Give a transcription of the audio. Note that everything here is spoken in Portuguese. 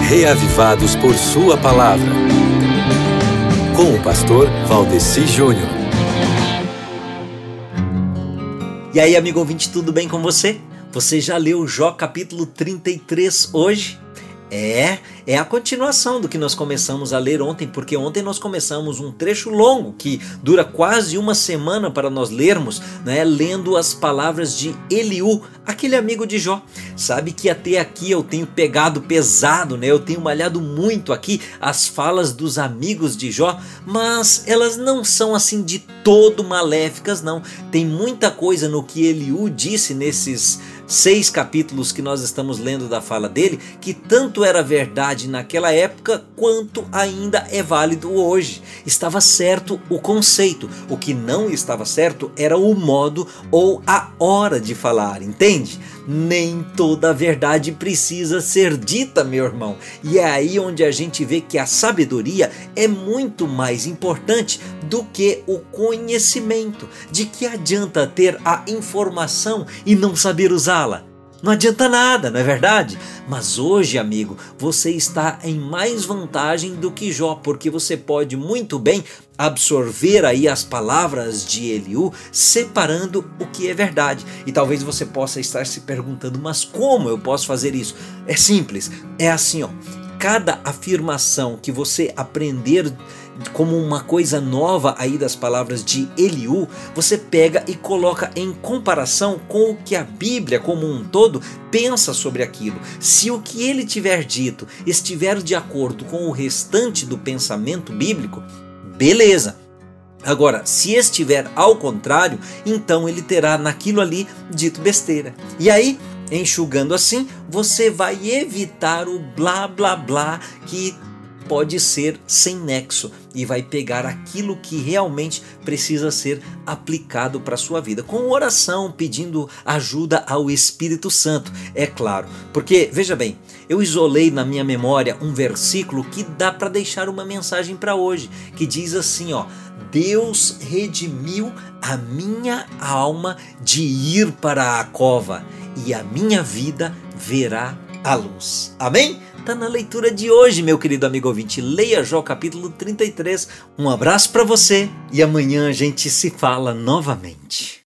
reavivados por sua palavra. Com o pastor Valdeci Júnior. E aí, amigo ouvinte, tudo bem com você? Você já leu Jó capítulo 33 hoje? É a continuação do que nós começamos a ler ontem, porque ontem nós começamos um trecho longo que dura quase uma semana para nós lermos, né, lendo as palavras de Eliú, aquele amigo de Jó. Sabe que até aqui eu tenho pegado pesado, né? Eu tenho malhado muito aqui as falas dos amigos de Jó, mas elas não são assim de todo maléficas, não. Tem muita coisa no que Eliú disse nesses 6 capítulos que nós estamos lendo da fala dele, que tanto era verdade naquela época, quanto ainda é válido hoje. Estava certo o conceito, o que não estava certo era o modo ou a hora de falar, entende? Nem toda a verdade precisa ser dita, meu irmão. E é aí onde a gente vê que a sabedoria é muito mais importante do que o conhecimento. De que adianta ter a informação e não saber usá-la? Não adianta nada, não é verdade? Mas hoje, amigo, você está em mais vantagem do que Jó, porque você pode muito bem absorver aí as palavras de Eliú, separando o que é verdade. E talvez você possa estar se perguntando, mas como eu posso fazer isso? É simples, é assim, ó. Cada afirmação que você aprender como uma coisa nova aí das palavras de Eliú, você pega e coloca em comparação com o que a Bíblia como um todo pensa sobre aquilo. Se o que ele tiver dito estiver de acordo com o restante do pensamento bíblico, beleza. Agora, se estiver ao contrário, então ele terá naquilo ali dito besteira. E aí, enxugando assim, você vai evitar o blá blá blá que pode ser sem nexo e vai pegar aquilo que realmente precisa ser aplicado para a sua vida, com oração, pedindo ajuda ao Espírito Santo, é claro. Porque, veja bem, eu isolei na minha memória um versículo que dá para deixar uma mensagem para hoje, que diz assim, ó: Deus redimiu a minha alma de ir para a cova e a minha vida verá a luz. Amém? Está na leitura de hoje, meu querido amigo ouvinte. Leia Jó capítulo 33. Um abraço para você e amanhã a gente se fala novamente.